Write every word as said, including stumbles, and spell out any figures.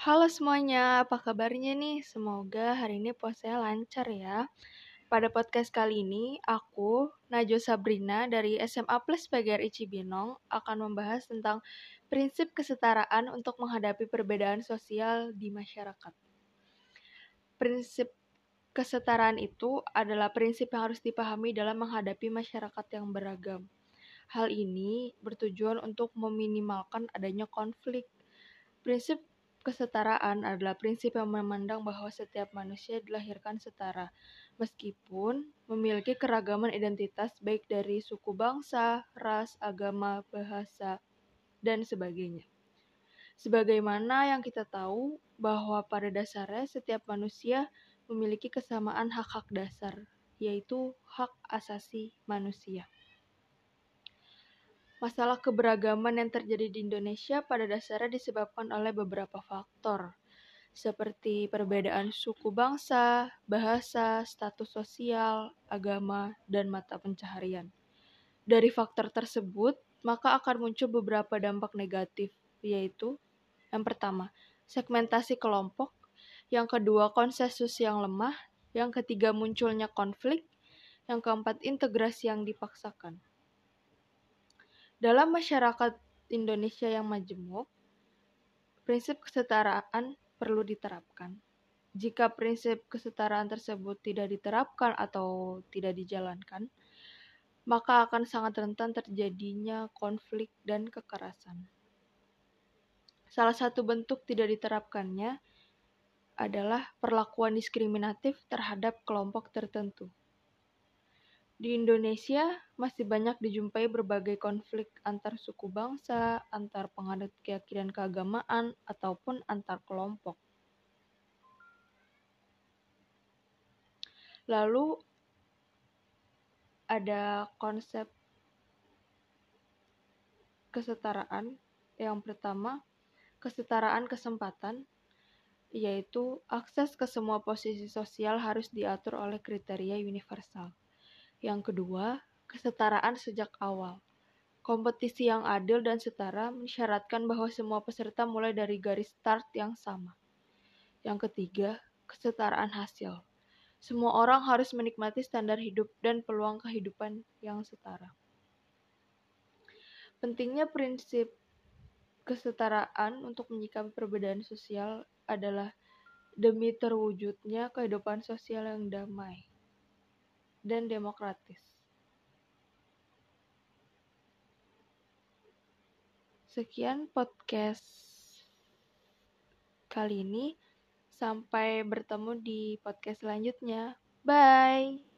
Halo semuanya, apa kabarnya nih? Semoga hari ini puasanya lancar ya. Pada podcast kali ini, aku, Najwa Sabrina dari S M A Plus P G R I Cibinong akan membahas tentang prinsip kesetaraan untuk menghadapi perbedaan sosial di masyarakat. Prinsip kesetaraan itu adalah prinsip yang harus dipahami dalam menghadapi masyarakat yang beragam. Hal ini bertujuan untuk meminimalkan adanya konflik. Prinsip kesetaraan adalah prinsip yang memandang bahwa setiap manusia dilahirkan setara, meskipun memiliki keragaman identitas baik dari suku bangsa, ras, agama, bahasa, dan sebagainya. Sebagaimana yang kita tahu bahwa pada dasarnya setiap manusia memiliki kesamaan hak-hak dasar, yaitu hak asasi manusia. Masalah keberagaman yang terjadi di Indonesia pada dasarnya disebabkan oleh beberapa faktor, seperti perbedaan suku bangsa, bahasa, status sosial, agama, dan mata pencaharian. Dari faktor tersebut, maka akan muncul beberapa dampak negatif, yaitu yang pertama, segmentasi kelompok, yang kedua, konsensus yang lemah, yang ketiga, munculnya konflik, yang keempat, integrasi yang dipaksakan. Dalam masyarakat Indonesia yang majemuk, prinsip kesetaraan perlu diterapkan. Jika prinsip kesetaraan tersebut tidak diterapkan atau tidak dijalankan, maka akan sangat rentan terjadinya konflik dan kekerasan. Salah satu bentuk tidak diterapkannya adalah perlakuan diskriminatif terhadap kelompok tertentu. Di Indonesia masih banyak dijumpai berbagai konflik antar suku bangsa, antar penganut keyakinan keagamaan, ataupun antar kelompok. Lalu ada konsep kesetaraan. Yang pertama, kesetaraan kesempatan, yaitu akses ke semua posisi sosial harus diatur oleh kriteria universal. Yang kedua, kesetaraan sejak awal. Kompetisi yang adil dan setara mensyaratkan bahwa semua peserta mulai dari garis start yang sama. Yang ketiga, kesetaraan hasil. Semua orang harus menikmati standar hidup dan peluang kehidupan yang setara. Pentingnya prinsip kesetaraan untuk menyikapi perbedaan sosial adalah demi terwujudnya kehidupan sosial yang damai dan demokratis. Sekian podcast kali ini. Sampai bertemu di podcast selanjutnya. Bye!